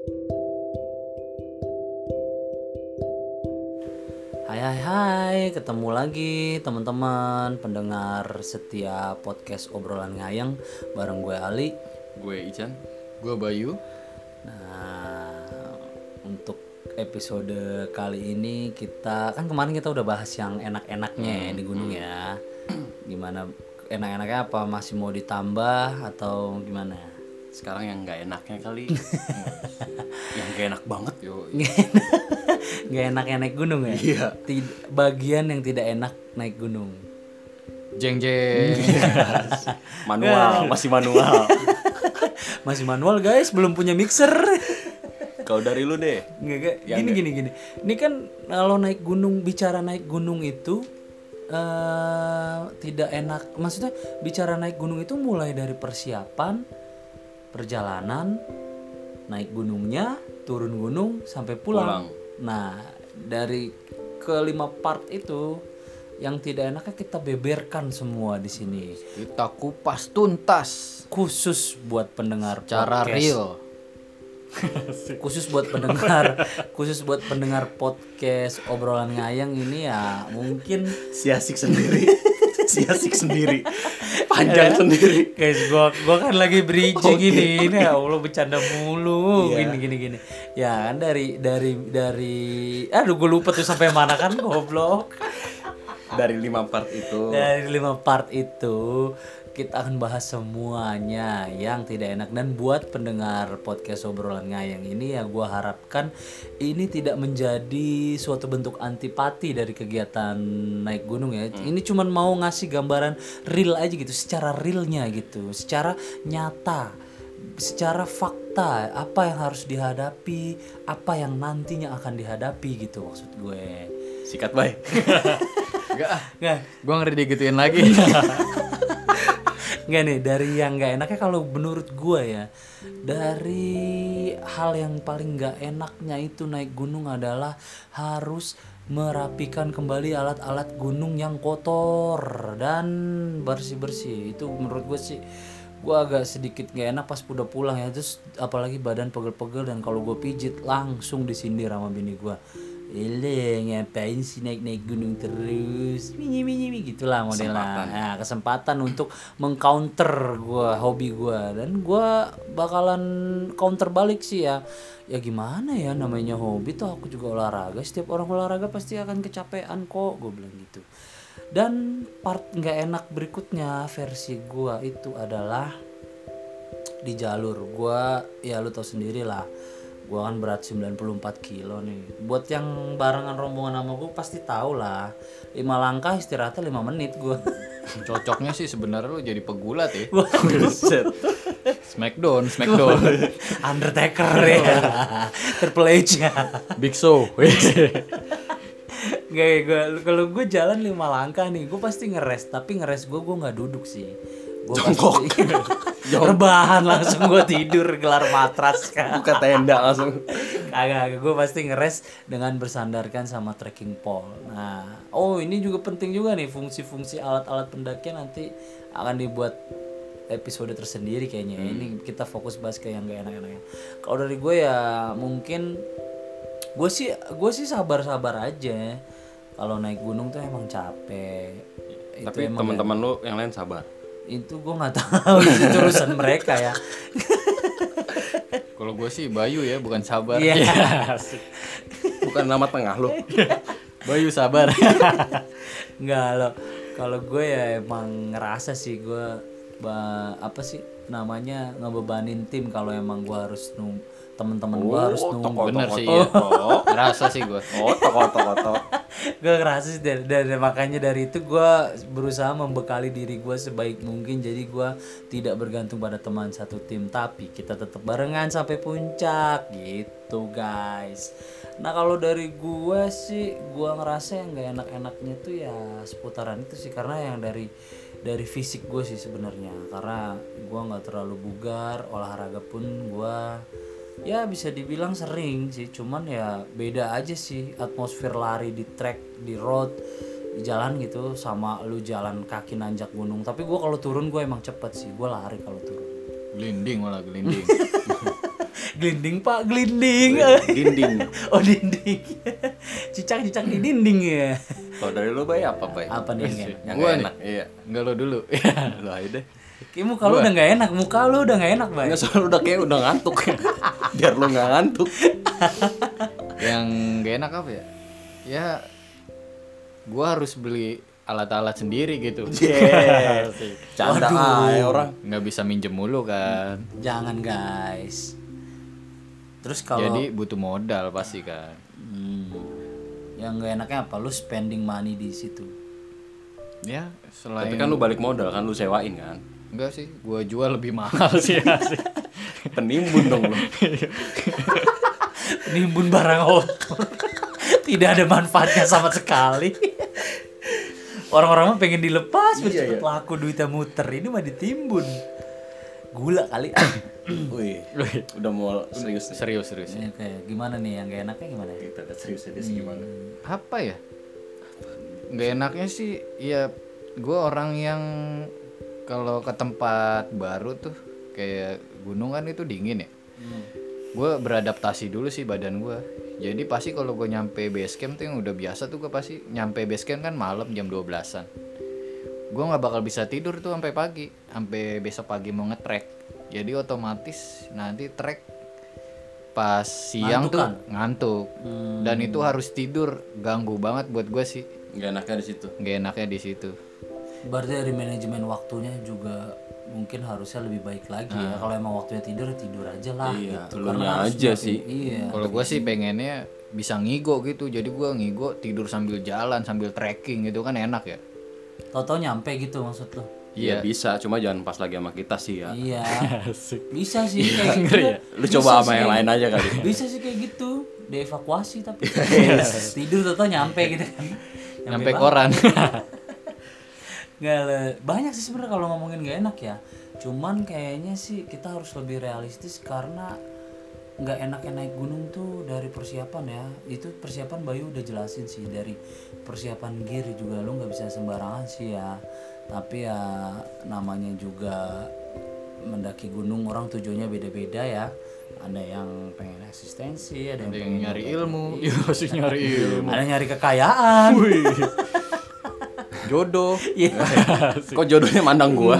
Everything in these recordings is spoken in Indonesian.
Hai, ketemu lagi teman-teman pendengar setia podcast obrolan ngayang bareng gue Ali. Gue Ican. Gue Bayu. Nah, untuk episode kali ini kita kan kemarin kita udah bahas yang enak-enaknya di gunung ya. Gimana enak-enaknya, apa masih mau ditambah atau gimana? Sekarang yang nggak enaknya kali. Yang nggak enak banget yo. Gak enaknya naik gunung ya? Iya. Bagian yang tidak enak naik gunung. Jeng. Manual, masih manual. Masih manual guys, belum punya mixer. Kalau dari lu deh. Gini. Ini kan kalau naik gunung, bicara naik gunung itu tidak enak. Maksudnya bicara naik gunung itu mulai dari persiapan, perjalanan, naik gunungnya, turun gunung sampai pulang. Nah, dari kelima part itu yang tidak enaknya kita beberkan semua di sini. Kita kupas tuntas. Khusus buat pendengar Cara podcast. real. khusus buat pendengar podcast obrolan ngayang ini ya mungkin Siasik sendiri. Panjang sendiri. guys, gua kan lagi bridging ini ya Allah, bercanda mulu. Gini ya kan dari aduh gue lupa tuh sampai mana kan, goblok. Dari 5 part itu Kita akan bahas semuanya yang tidak enak. Dan buat pendengar podcast obrolan ngayang ini ya, gue harapkan ini tidak menjadi suatu bentuk antipati dari kegiatan naik gunung ya. Ini cuman mau ngasih gambaran real aja gitu, secara realnya gitu, secara nyata, secara fakta, apa yang harus dihadapi, apa yang nantinya akan dihadapi gitu maksud gue. sikat baik. Nggak. Gue ngeri digituin lagi. Nggak nih, dari yang nggak enaknya kalau menurut gue ya, dari hal yang paling nggak enaknya itu naik gunung adalah harus merapikan kembali alat-alat gunung yang kotor dan bersih-bersih. Itu menurut gue sih, gue agak sedikit nggak enak pas udah pulang ya. Terus apalagi badan pegel-pegel, dan kalau gue pijit langsung disindir sama bini gue. Ngapain sih naik gunung terus, mini gitulah modelnya. Nah, kesempatan untuk mengcounter gue, hobi gue, dan gue bakalan counter balik sih ya. Ya gimana ya, namanya hobi tuh, aku juga olahraga. Setiap orang olahraga pasti akan kecapean kok, gue bilang gitu. Dan part nggak enak berikutnya versi gue itu adalah di jalur. Gue ya lu tau sendiri lah, gue kan berat 94 kilo nih. Buat yang barengan rombongan sama gue pasti tahu lah, 5 langkah istirahatnya 5 menit gue. Cocoknya sih sebenarnya lu jadi pegulat ya. Smackdown. Undertaker ya. Triple H ya. Big Show. Kalau gue jalan 5 langkah nih, gue pasti ngeres. Tapi ngeres gue nggak duduk sih. Gue jongkok. Rebahan langsung, gue tidur gelar matras kan. Buka tenda langsung. Kagak, gue pasti ngeres dengan bersandarkan sama trekking pole. Nah, ini juga penting juga nih, fungsi-fungsi alat-alat pendakian nanti akan dibuat episode tersendiri kayaknya. Ini kita fokus bahas ke yang gak enak-enaknya. Kalau dari gue ya mungkin gue sih sabar-sabar aja. Kalau naik gunung tuh emang capek. Tapi teman-teman lu yang lain sabar. Itu gue nggak tahu, itu urusan mereka ya. Kalau gue sih Bayu ya, bukan sabar. Iya. Bukan nama tengah lu. Bayu sabar. Enggak loh. Kalau gue ya emang ngerasa sih gue ngebebanin tim kalau emang gue harus teman-teman gue harus nunggu. Bener sih ya. Ngerasa sih gue. Toko. Gue ngerasa sih dari makanya dari itu gue berusaha membekali diri gue sebaik mungkin, jadi gue tidak bergantung pada teman satu tim, tapi kita tetap barengan sampai puncak gitu guys. Nah kalau dari gue sih, gue ngerasa yang gak enak-enaknya tuh ya seputaran itu sih, karena yang dari fisik gue sih sebenarnya, karena gue nggak terlalu bugar, olahraga pun gue ya bisa dibilang sering sih, cuman ya beda aja sih atmosfer lari di track, di road, di jalan gitu, sama lu jalan kaki nanjak gunung. Tapi gue kalau turun gue emang cepet sih, gue lari kalau turun. Gelinding. Glinding pak, glinding. Dinding. Oh dinding. Cicak-cicak di dinding ya. Kalau dari lu Bay apa Bay? Apa nih yang enak? Yang Gua nggak nih. enak. Iya. Enggak lo dulu. Lu aja deh. Kayak muka lu udah nggak enak, muka lu udah nggak enak, Bay. Enggak, soalnya udah kayak udah ngantuk. Biar lu nggak ngantuk. Yang gak enak apa ya? Ya gua harus beli alat-alat sendiri gitu. Yeah. Canda aja orang. Nggak bisa minjem mulu kan. Jangan guys. Terus kalau Jadi butuh modal pasti kan. yang nggak enaknya apa? Lu spending money di situ. Ya Tapi selain kan lu balik modal kan lu sewain kan. enggak sih, gua jual lebih mahal sih asik. Penimbun dong lu. Penimbun barang outdoor. Tidak ada manfaatnya sama sekali. Orang-orang mah pengen dilepas, cepet laku duitnya muter. Ini mah ditimbun. Gula kali. Wih, udah mau serius nih. Serius. Ini kayak gimana nih yang gak enaknya gimana? Kita udah serius gimana? Apa ya? Nggak enaknya sih, ya gue orang yang kalau ke tempat baru tuh kayak gunungan itu dingin ya. Gue beradaptasi dulu sih badan gue. Jadi pasti kalau gue nyampe base camp tuh yang udah biasa tuh gue pasti nyampe base camp kan malam jam 12-an. Gue nggak bakal bisa tidur tuh sampai pagi, sampai besok pagi mau nge-trek. Jadi otomatis nanti trek pas siang Ngantuk tuh kan? ngantuk. Dan itu harus tidur, ganggu banget buat gue sih. Nggak enaknya di situ. Nggak enaknya di situ. Berarti dari manajemen waktunya juga mungkin harusnya lebih baik lagi ya. Kalau emang waktunya tidur aja lah Iya, gitu. elunya harus aja ngerti. sih. Iya. Kalau gue sih pengennya bisa ngigo gitu. Jadi gue ngigo tidur sambil jalan sambil trekking gitu kan enak ya. Tahu-tahu nyampe gitu maksud lu. Iya bisa, cuma jangan pas lagi sama kita sih ya. Iya. Bisa sih kayak gitu. Lu coba sama yang lain aja kali. Bisa sih kayak gitu. Dievakuasi tapi tidur tahu-tahu nyampe gitu kan. Nyampe banget. koran. Nggak banyak sih sebenarnya kalau ngomongin nggak enak ya. Cuman kayaknya sih kita harus lebih realistis karena nggak enaknya naik gunung tuh dari persiapan ya. Itu persiapan Bayu udah jelasin sih, dari persiapan gear juga lu nggak bisa sembarangan sih ya. Tapi ya namanya juga mendaki gunung orang tujuannya beda-beda ya. Ada yang pengen eksistensi, ada yang pengen Nyari ilmu. Iya sih nyari ilmu. ada yang nyari kekayaan. Jodoh. Iya. Kok jodohnya mandang gua?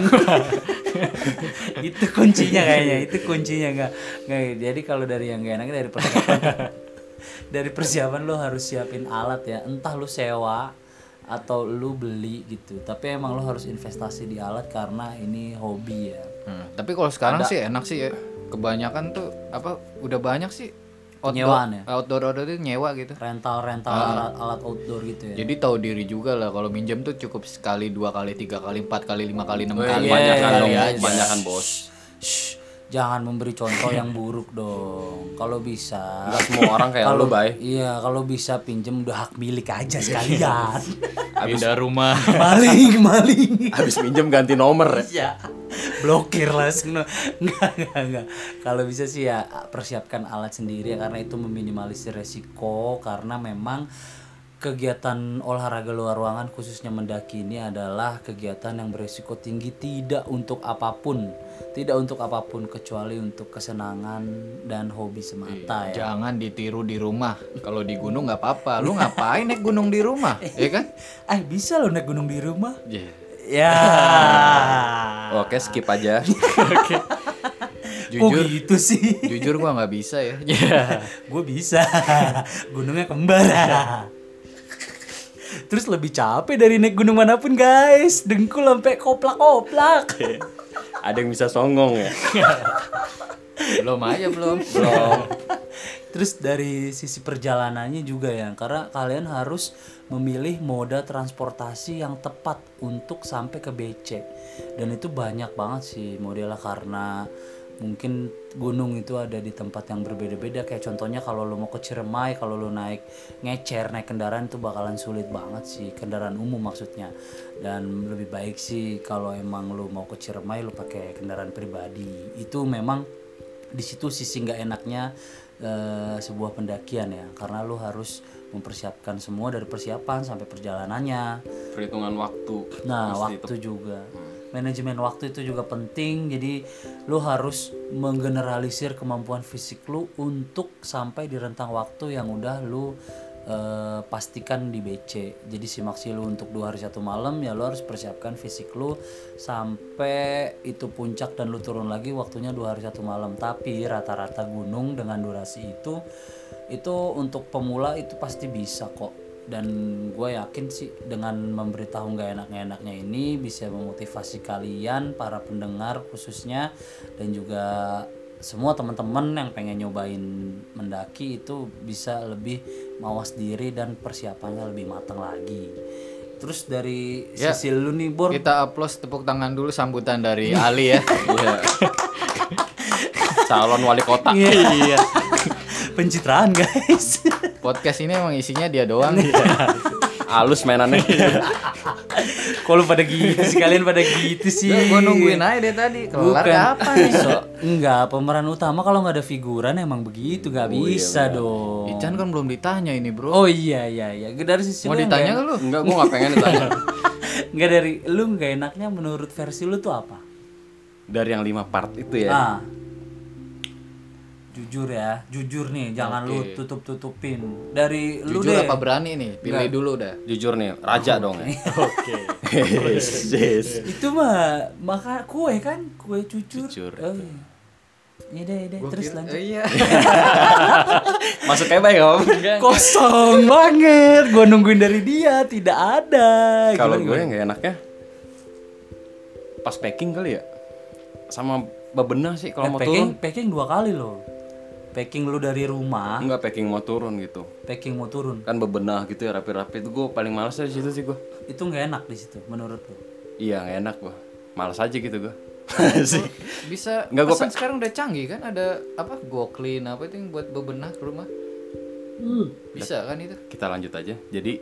Itu kuncinya kayaknya, itu kuncinya nggak jadi kalau dari yang gak enaknya dari persiapan dari persiapan lo harus siapin alat ya, entah lu sewa atau lu beli gitu, tapi emang lo harus investasi di alat karena ini hobi ya. Tapi kalau sekarang sih enak sih ya. Kebanyakan tuh apa udah banyak sih Penyewaan ya? outdoor itu nyewa gitu. rental alat outdoor gitu ya. Jadi tahu diri juga lah kalau minjem tuh cukup sekali, 2 kali, 3 kali, 4 kali, 5 kali, 6 kali. Banyakan dong, aja. banyakan bos. Shh, jangan memberi contoh yang buruk dong. Kalau bisa Enggak semua orang kayak lu, Bay. Iya, kalau bisa pinjem udah hak milik aja sekalian. Pindah rumah. maling. Habis minjem ganti nomor ya. Ya, blokir lah semua. Enggak. Kalau bisa sih ya persiapkan alat sendiri ya, karena itu meminimalisir resiko, karena memang kegiatan olahraga luar ruangan khususnya mendaki ini adalah kegiatan yang beresiko tinggi, tidak untuk apapun kecuali untuk kesenangan dan hobi semata ya. Jangan ditiru di rumah. Kalau di gunung nggak apa-apa. Lu ngapain naik gunung di rumah? Ya kan? Bisa lo naik gunung di rumah? Yeah. Ya. Oke, skip aja. Jujur, gitu sih. jujur gua nggak bisa ya. Gue bisa. Gunungnya kembar. Terus lebih capek dari naik gunung manapun guys. Dengkul sampai koplak-koplak. Ada yang bisa songong ya? Belum aja belum. Terus dari sisi perjalanannya juga ya, karena kalian harus memilih moda transportasi yang tepat untuk sampai ke BC. Dan itu banyak banget sih modelnya, karena mungkin gunung itu ada di tempat yang berbeda-beda. Kayak contohnya kalau lo mau ke Ciremai, kalau lo naik kendaraan itu bakalan sulit banget sih, kendaraan umum maksudnya. Dan lebih baik sih kalau emang lo mau ke Ciremai lo pakai kendaraan pribadi. Itu memang di situ sisi nggak enaknya sebuah pendakian ya, karena lo harus mempersiapkan semua dari persiapan sampai perjalanannya. Perhitungan waktu. Nah, Pasti waktu juga. Manajemen waktu itu juga penting. Jadi lu harus menggeneralisir kemampuan fisik lu untuk sampai di rentang waktu yang udah lu pastikan di BC. Jadi simaksi lu untuk 2 hari 1 malam ya lu harus persiapkan fisik lu sampai itu puncak dan lu turun lagi waktunya 2 hari 1 malam. Tapi rata-rata gunung dengan durasi itu untuk pemula itu pasti bisa kok. Dan gue yakin sih dengan memberitahu nggak enaknya ini bisa memotivasi kalian para pendengar khususnya, dan juga semua teman-teman yang pengen nyobain mendaki itu bisa lebih mawas diri dan persiapannya lebih matang lagi. Terus dari sisi lu nih Bor, Kita applause, tepuk tangan dulu sambutan dari Ali ya. Iya. Calon wali kota. iya. Pencitraan guys. Podcast ini emang isinya dia doang. Halus mainannya. Kalau pada gitu sih, kalian pada gitu sih. Gue nungguin aja deh tadi. Kelar apa nih? Enggak, pemeran utama kalau nggak ada figuran emang begitu, nggak bisa dong. Ican kan belum ditanya ini bro. Oh iya. Dari sisi Mau lu yang ditanya nggak kan lu? Enggak, gue gak pengen ditanya. Enggak, dari lu nggak enaknya menurut versi lu tuh apa? Dari yang 5 part itu ya. Jujur nih, jangan lu tutup-tutupin. Dari lu Jujur deh. apa berani nih? Pilih dulu dah. Jujur nih, raja dong ya. Oke. Yes. Itu mah maka kue kan, kue jujur. Jujur. Oh, iya. Iya deh, terus lanjut. Iya. Masuk kayak baik om. Kosong banget, gue nungguin dari dia, tidak ada. Kalau Gimana, gue gimana? nggak enaknya pas packing kali ya, sama bebenah sih kalau mau turun. Packing 2 kali loh. Packing lu dari rumah, Enggak, packing mau turun gitu. packing mau turun. Kan bebenah gitu ya, rapi-rapi itu gue paling males di situ sih gue. Itu nggak enak di situ menurut lu. Iya nggak enak gue, males aja gitu gue. Sih. Bisa. Nggak, gua Pesan sekarang udah canggih kan, ada apa? GoClean apa itu yang buat bebenah ke rumah? Bisa kan itu? Kita lanjut aja. Jadi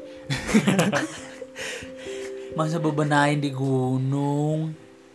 Masa bebenain di gunung?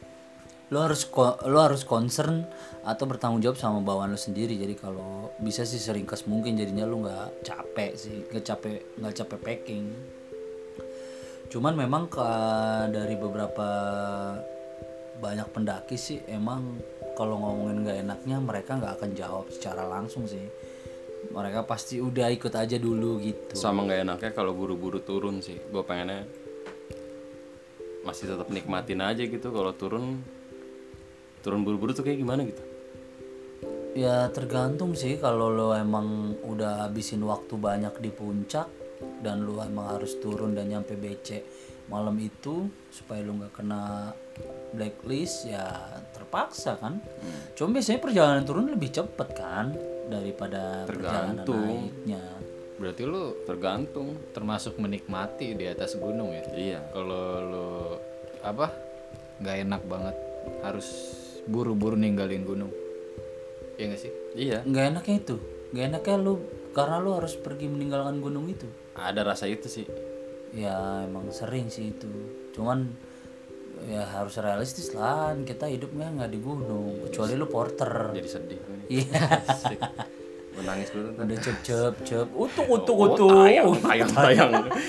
Lo harus concern atau bertanggung jawab sama bawaan lo sendiri. Jadi kalau bisa sih seringkas mungkin, jadinya lo nggak capek sih, nggak capek packing. Cuman memang dari beberapa banyak pendaki sih emang kalau ngomongin nggak enaknya mereka nggak akan jawab secara langsung sih. Mereka pasti udah ikut aja dulu gitu. sama nggak enaknya kalau buru-buru turun sih. Gue pengennya masih tetap nikmatin aja gitu. Kalau turun buru-buru tuh kayak gimana gitu. Ya tergantung sih, kalau lo emang udah habisin waktu banyak di puncak dan lo emang harus turun dan nyampe BC malam itu supaya lo nggak kena blacklist ya terpaksa kan. Cuma biasanya perjalanan turun lebih cepet kan daripada perjalanan Tergantung. naiknya. Berarti lu Tergantung. termasuk menikmati di atas gunung ya? Iya. Kalau lu apa? Nggak enak banget, harus buru-buru ninggalin gunung. Iya nggak sih? Iya. Nggak enaknya itu, nggak enaknya lo karena lo harus pergi meninggalkan gunung itu. Ada rasa itu sih. Ya emang sering sih itu, cuman ya harus realistis lah, kita hidupnya nggak di gunung kecuali lu porter. Jadi sedih. Iya. Gue nangis dulu. Udah cep utuk Tayang.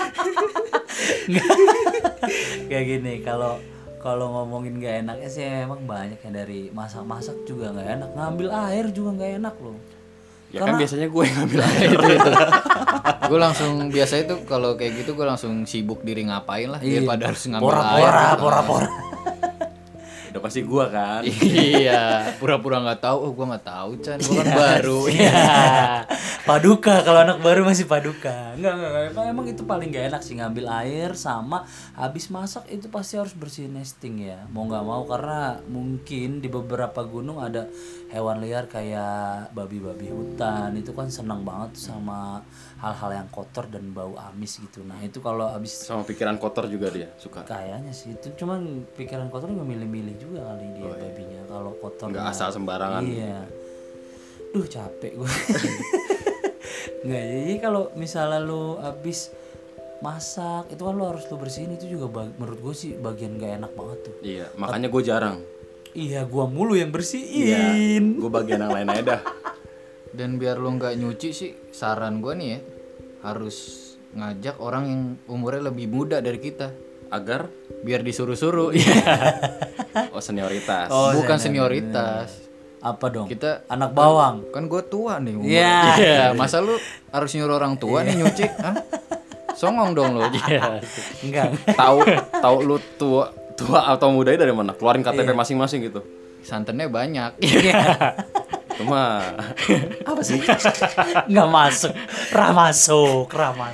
kayak gini. Kalau ngomongin nggak enaknya sih emang banyak ya, dari masak juga nggak enak, ngambil air juga nggak enak loh. Ya kan biasanya gue yang ngambil air. itu. Gue langsung biasa itu kalau kayak gitu gue langsung sibuk diri ngapain lah daripada harus ngambil air. Pora-pora. Udah pasti gue kan. Iya, pura-pura nggak tahu. Oh, gue nggak tahu, Chan. Gue kan baru. Iya. Paduka, kalau anak baru masih paduka. Enggak. Emang itu paling gak enak sih, ngambil air sama habis masak itu pasti harus bersihin nesting ya. Mau nggak mau, karena mungkin di beberapa gunung ada hewan liar kayak babi-babi hutan. Itu kan senang banget sama hal-hal yang kotor dan bau amis gitu. Nah, itu kalau habis Sama pikiran kotor juga dia suka. kayaknya sih itu, cuman pikiran kotor nggak milih-milih juga kali dia babinya. Kalau kotor Nggak asal sembarangan. Iya. Duh capek gue. Nggak, jadi kalau misalnya lu habis masak itu kan lu harus lu bersihin, itu juga menurut gue sih bagian gak enak banget tuh. Iya, makanya gue jarang. Iya, gua mulu yang Iya, bersihin. gue bagian yang lain aja dah. Dan biar lo nggak nyuci sih, saran gue nih ya, harus ngajak orang yang umurnya lebih muda dari kita. Agar biar disuruh-suruh. senioritas. Bukan senioritas. Apa dong? Kita anak bawang. Kan gue tua nih umur. Iya. Iya, masa lu harus nyuruh orang tua nih nyuci? Hah? Songong dong lo. Iya. Enggak. Tahu lu tua atau mudanya dari mana? Keluarin KTP masing-masing gitu. Santannya banyak. Itu mah Apa sih? Enggak masuk. Ramasuk.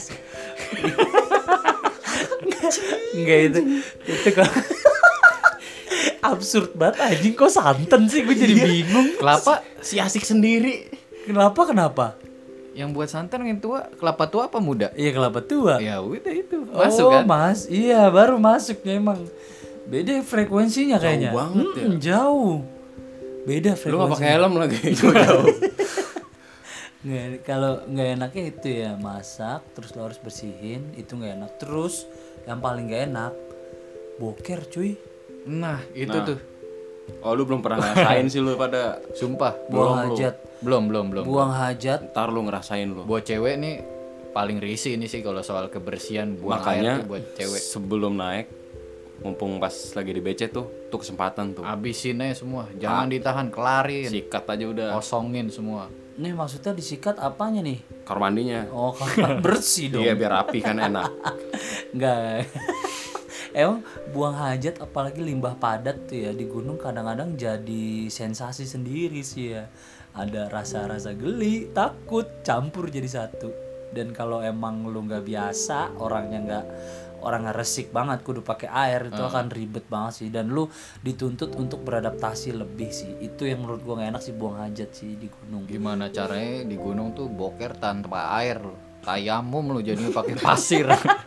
Enggak itu kok absurd banget anjing, kok santan sih, gue jadi bingung. Kelapa si asik sendiri. Kenapa? Yang buat santan yang tua, kelapa tua apa muda? Iya, kelapa tua. Ya udah itu. Masuk kan? Mas, iya baru masuknya emang. Beda frekuensinya kayaknya. Jauh banget ya. Jauh. Beda lu frekuensinya. nggak pakai helm lagi. Jauh. Nggak, kalau nggak enaknya itu ya masak, terus lo harus bersihin, itu nggak enak. Terus yang paling nggak enak boker cuy. Nah, itu tuh. Oh, lu belum pernah ngerasain sih lu pada. Sumpah. Buang hajat. Belum. Buang hajat. Ntar lu ngerasain lu. Buat cewek nih paling risih ini sih kalau soal kebersihan, buang Makanya air tuh buat cewek. sebelum naik, mumpung pas lagi di BC tuh kesempatan tuh. Habisin aja semua, jangan ditahan, kelarin. Sikat aja udah. Kosongin semua. Nih maksudnya disikat apanya nih? Kamar mandinya. Oh, kan bersih dong. Iya, biar rapi kan enak. Enggak. Emang buang hajat apalagi limbah padat tuh ya di gunung kadang-kadang jadi sensasi sendiri sih ya. Ada rasa-rasa geli, takut, campur jadi satu. Dan kalau emang lu nggak biasa, orang resik banget kudu pakai air, itu akan ribet banget sih. Dan lu dituntut untuk beradaptasi lebih sih. Itu yang menurut gua nggak enak sih, buang hajat sih di gunung. Gimana caranya di gunung tuh boker tanpa air? Tayamum lu jadinya pakai pasir.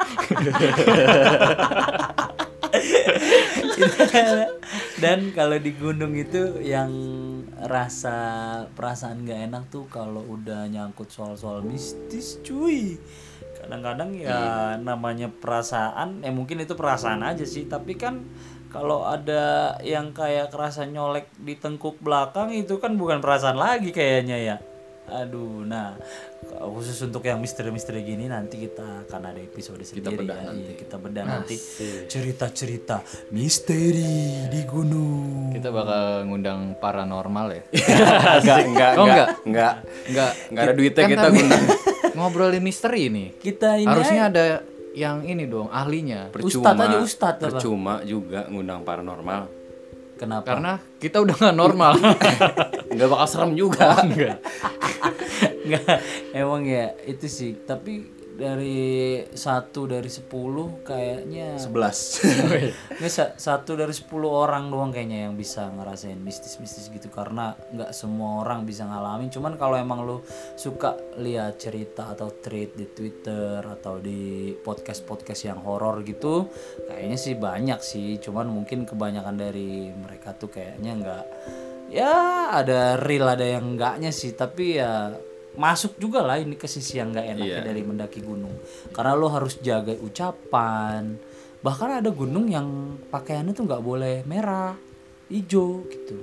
Dan kalau di gunung itu yang perasaan nggak enak tuh kalau udah nyangkut soal-soal mistis cuy. Kadang-kadang ya namanya perasaan, mungkin itu perasaan aja sih, tapi kan kalau ada yang kayak kerasa nyolek di tengkuk belakang itu kan bukan perasaan lagi kayaknya ya. Aduh, nah khusus untuk yang misteri-misteri gini nanti kita akan ada episode sendiri ya. Iya, kita bedah nanti cerita-cerita misteri di gunung. Kita bakal ngundang paranormal ya. Enggak ada duitnya Kan kita tadi ngundang. ngobrolin misteri nih. Kita ini Harusnya ada yang ini dong, ahlinya. Ustadz apa? Percuma juga ngundang paranormal. Kenapa? Karena kita udah gak normal. Enggak bakal serem juga. Enggak. Enggak, emang ya itu sih. Tapi dari 1 dari 10 kayaknya 11. nggak 1 dari 10 orang doang kayaknya yang bisa ngerasain mistis-mistis gitu, karena nggak semua orang bisa ngalamin. Cuman kalau emang lu suka lihat cerita atau thread di Twitter atau di podcast yang horor gitu, kayaknya sih banyak sih. Cuman mungkin kebanyakan dari mereka tuh kayaknya nggak, ya ada real ada yang enggaknya sih, tapi ya masuk juga lah ini ke sisi yang nggak enaknya dari mendaki gunung, karena lo harus jaga ucapan. Bahkan ada gunung yang pakaiannya tuh nggak boleh merah, hijau gitu.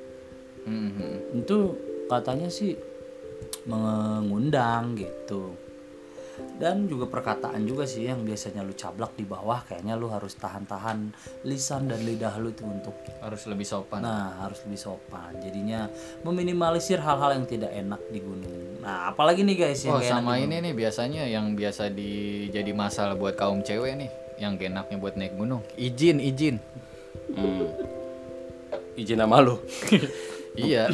Itu katanya sih mengundang gitu. Dan juga perkataan juga sih yang biasanya lu cablak di bawah, kayaknya lu harus tahan-tahan lisan dan lidah lu tuh untuk Harus lebih sopan. Nah, harus lebih sopan. Jadinya meminimalisir hal-hal yang tidak enak di gunung. Nah, apalagi nih guys yang Oh, gak enak sama di ini nih biasanya yang biasa jadi masalah buat kaum cewek nih, yang gak enaknya buat naik gunung. Izin. Izin sama lu. Iya.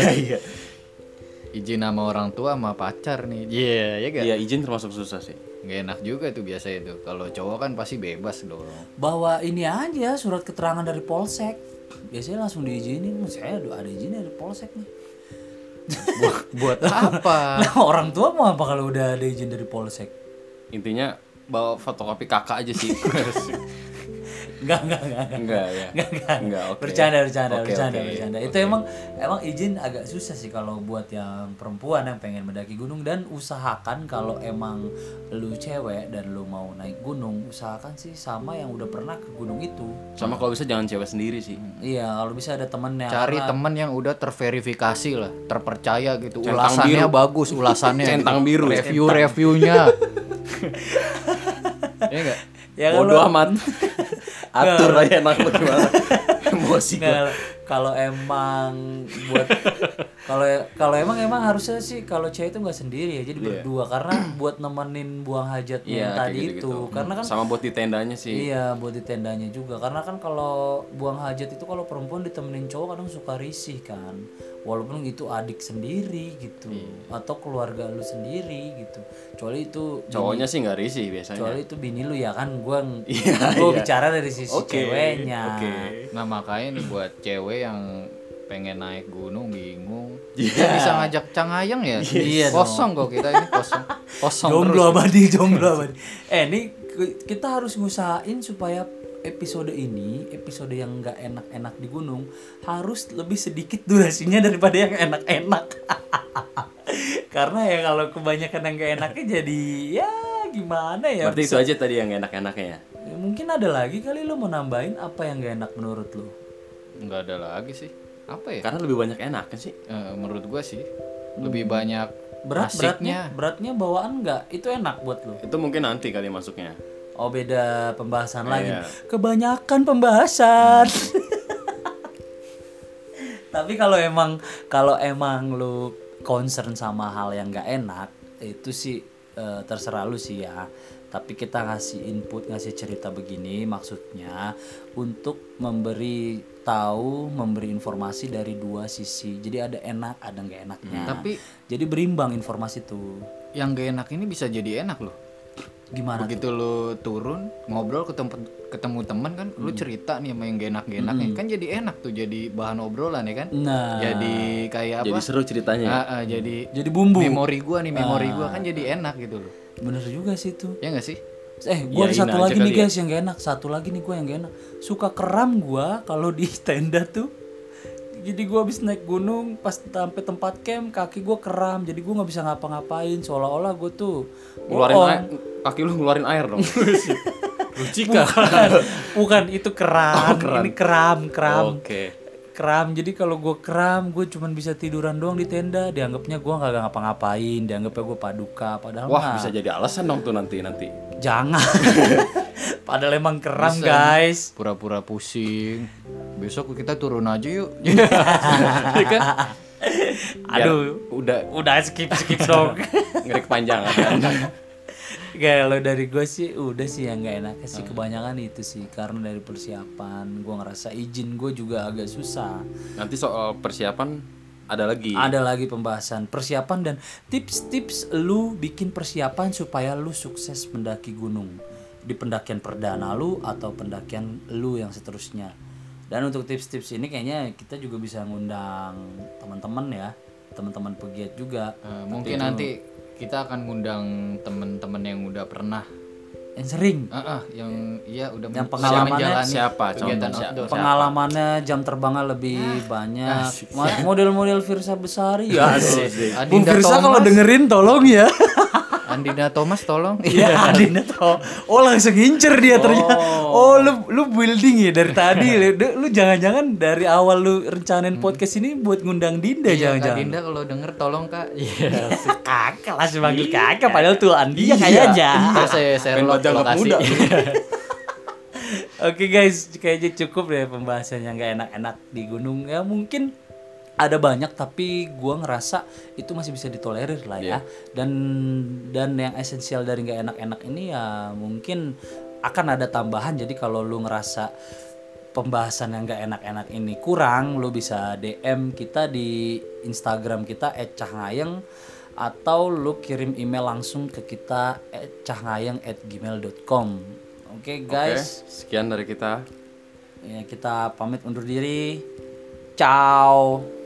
Izin sama orang tua sama pacar nih. Iya, ya gak? Iya, izin termasuk susah sih. Gak enak juga tuh biasa itu. Kalau cowok kan pasti bebas dong. bawa ini aja surat keterangan dari polsek. Biasanya langsung diizinin. Saya ada izin dari polsek nih. Buat apa? Nah, orang tua mau apa kalau udah ada izin dari polsek? Intinya bawa fotokopi kakak aja sih. Enggak. Enggak ya. Enggak, oke. Bercanda. Oke. Itu emang izin agak susah sih kalau buat yang perempuan yang pengen mendaki gunung. Dan usahakan kalau emang lu cewek dan lu mau naik gunung, usahakan sih sama yang udah pernah ke gunung itu. Sama kalau bisa jangan cewek sendiri sih. Iya, kalau bisa ada temennya. Cari karena- temen yang udah terverifikasi lah, terpercaya gitu. Centang Ulasannya biru. bagus, ulasannya. Centang biru. Review-reviewnya. Iya enggak? Ya Bodoh kalau amat. Atur aja enak lu gimana. Emosi gua. nggak, kalau emang buat kalau emang harusnya sih kalau cewek itu nggak sendiri ya, jadi berdua, karena buat nemenin buang hajatnya yang Iya, tadi kayak itu. gitu-gitu. Karena kan Sama buat di tendanya sih. iya, buat di tendanya juga. Karena kan kalau buang hajat itu kalau perempuan ditemenin cowok kadang suka risih kan. Walaupun itu adik sendiri gitu atau keluarga lu sendiri gitu. Kecuali itu Cowoknya sih nggak risih biasanya. kecuali itu bini lu ya kan. Gua Iya. bicara dari sisi Oke, ceweknya. oke. Nah makanya nih buat cewek yang pengen naik gunung bingung, dia bisa ngajak Cangayang ya. Iya Kosong kok kita ini kosong Jomblo terus. abadi, jomblo abadi. Ini kita harus ngusahain supaya episode ini, episode yang nggak enak-enak di gunung, harus lebih sedikit durasinya daripada yang enak-enak. Karena ya kalau kebanyakan yang nggak enaknya jadi ya gimana ya. Berarti itu aja tadi yang enak-enaknya ya. Ya, mungkin ada lagi kali lu mau nambahin apa yang nggak enak menurut lu? Nggak ada lagi sih. Apa ya? Karena lebih banyak enaknya sih. Menurut gua sih lebih banyak Beratnya asiknya. bawaan nggak? Itu enak buat lu? Itu mungkin nanti kali masuknya. Oh beda pembahasan lagi. Iya. Kebanyakan pembahasan. Tapi kalau emang lu concern sama hal yang nggak enak, itu sih terserah lu sih ya. Tapi kita ngasih input, ngasih cerita begini maksudnya untuk memberi informasi dari dua sisi. Jadi ada enak, ada nggak enaknya. Tapi jadi berimbang informasi tuh. yang gak enak ini bisa jadi enak loh. Gimana? Begitu lu turun ngobrol ketemu teman kan, lu cerita nih sama yang gak enak nih, kan jadi enak tuh, jadi bahan obrolan ya kan. Nah, Jadi kayak apa? Jadi seru ceritanya. Jadi bumbu. memori gua kan jadi enak gitu loh. Bener juga sih tuh. Ya nggak sih? Gue ada Iyain satu aja lagi nih kali ya. guys yang gak enak. Satu lagi nih gue yang gak enak. Suka kram gue kalau di tenda tuh. Jadi gue habis naik gunung, pas sampai tempat camp kaki gue kram. Jadi gue nggak bisa ngapa-ngapain. Seolah-olah gue tuh Ngeluarin bohong. air, kaki lu ngeluarin air dong. Bukan itu kram. kram. Ini kram. Oke. Kram. Jadi kalau gue kram, gue cuman bisa tiduran doang di tenda. Dianggapnya gue nggak ngapa-ngapain. Dianggapnya gue paduka. Padahal Wah, mah bisa jadi alasan dong tuh nanti. jangan. Padahal emang kram Bisa. guys. Pura-pura pusing. Besok kita turun aja yuk. Ya kan? Aduh, Udah skip dong. ngeri kepanjangan kan. Kalau dari gue sih udah sih yang nggak enak sih, kebanyakan itu sih karena dari persiapan gue ngerasa izin gue juga agak susah. Nanti soal persiapan ada lagi. Ada lagi pembahasan persiapan dan tips-tips lu bikin persiapan supaya lu sukses mendaki gunung di pendakian perdana lu atau pendakian lu yang seterusnya. Dan untuk tips-tips ini kayaknya kita juga bisa ngundang teman-teman ya, teman-teman pegiat juga. Mungkin nanti kita akan ngundang teman-teman yang udah pernah Yang sering yang udah Yang pengalamannya menjalani siapa? kegiatan Contoh, outdoor. pengalamannya jam terbangnya lebih banyak. Model-model Firsa Besari ya. Bung Adinda Firsa kalau Thomas. dengerin tolong ya. Andina Thomas tolong. Iya, Adina toh. Oh, langsung ngincer dia ternyata. Oh, lu building ya dari tadi. Lu jangan-jangan dari awal lu rencanain podcast ini buat ngundang Dinda Iya, Kak jangan-jangan. Dinda kalau denger tolong Kak. Iya. Kakak langsung panggil kakak padahal tuan dia kayaknya. Terus saya share Pengen buat dianggap lokasi. muda. Oke guys, kayaknya cukup deh pembahasan yang gak enak-enak di gunung. Ya mungkin ada banyak tapi gua ngerasa itu masih bisa ditolerir lah ya. Dan yang esensial dari gak enak-enak ini ya mungkin akan ada tambahan. Jadi kalau lu ngerasa pembahasan yang gak enak-enak ini kurang, lu bisa DM kita di Instagram kita @cahnayeng atau lu kirim email langsung ke kita cahnayeng@gmail.com. Oke guys. Oke, sekian dari kita. Ya, kita pamit undur diri. Ciao.